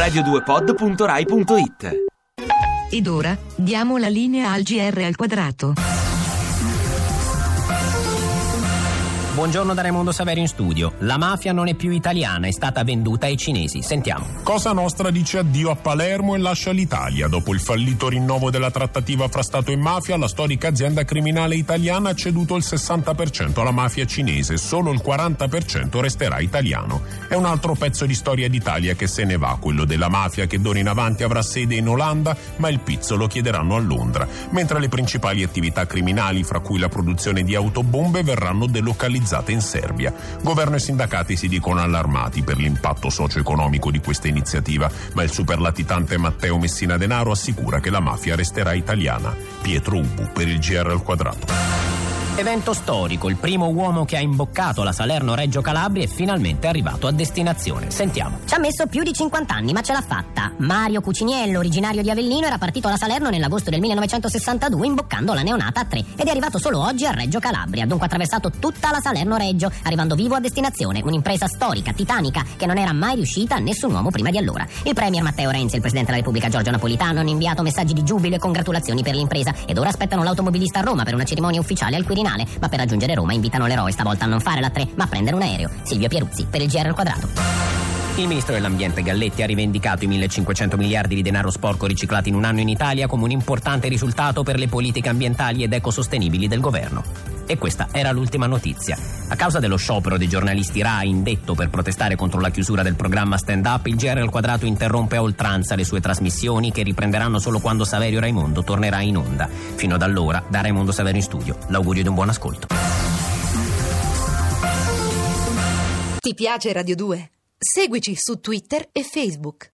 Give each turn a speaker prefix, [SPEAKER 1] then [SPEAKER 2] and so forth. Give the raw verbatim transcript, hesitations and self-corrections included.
[SPEAKER 1] radio due pod punto rai punto it.
[SPEAKER 2] Ed ora diamo la linea al G R al quadrato.
[SPEAKER 3] Buongiorno da Raimondo Saverio in studio. La mafia non è più italiana, è stata venduta ai cinesi. Sentiamo.
[SPEAKER 4] Cosa Nostra dice addio a Palermo e lascia l'Italia. Dopo il fallito rinnovo della trattativa fra Stato e mafia, la storica azienda criminale italiana ha ceduto il sessanta per cento alla mafia cinese, solo il quaranta per cento resterà italiano. È un altro pezzo di storia d'Italia che se ne va, quello della mafia che d'ora in avanti avrà sede in Olanda, ma il pizzo lo chiederanno a Londra, mentre le principali attività criminali, fra cui la produzione di autobombe, verranno delocalizzate in Serbia. Governo e sindacati si dicono allarmati per l'impatto socio-economico di questa iniziativa, ma il superlatitante Matteo Messina Denaro assicura che la mafia resterà italiana. Pietro Ubu per il G R al quadrato.
[SPEAKER 3] Evento storico, il primo uomo che ha imboccato la Salerno-Reggio Calabria è finalmente arrivato a destinazione. Sentiamo.
[SPEAKER 5] Ci ha messo più di cinquanta anni, ma ce l'ha fatta. Mario Cuciniello, originario di Avellino, era partito da Salerno nell'agosto del millenovecentosessantadue imboccando la neonata A tre ed è arrivato solo oggi a Reggio Calabria. Dunque ha attraversato tutta la Salerno-Reggio, arrivando vivo a destinazione. Un'impresa storica, titanica, che non era mai riuscita a nessun uomo prima di allora. Il premier Matteo Renzi e il presidente della Repubblica Giorgio Napolitano hanno inviato messaggi di giubilo e congratulazioni per l'impresa ed ora aspettano l'automobilista a Roma per una cerimonia ufficiale al Quirinale. Ma per raggiungere Roma invitano l'eroe stavolta a non fare la tre, ma a prendere un aereo. Silvio Pieruzzi per il G R al quadrato.
[SPEAKER 3] Il ministro dell'Ambiente Galletti ha rivendicato i millecinquecento miliardi di denaro sporco riciclati in un anno in Italia come un importante risultato per le politiche ambientali ed ecosostenibili del governo. E questa era l'ultima notizia. A causa dello sciopero dei giornalisti RAI indetto per protestare contro la chiusura del programma Stand Up, il G R al quadrato interrompe a oltranza le sue trasmissioni che riprenderanno solo quando Saverio Raimondo tornerà in onda. Fino ad allora, da Raimondo Saverio in studio, l'augurio di un buon ascolto.
[SPEAKER 6] Ti piace Radio due? Seguici su Twitter e Facebook.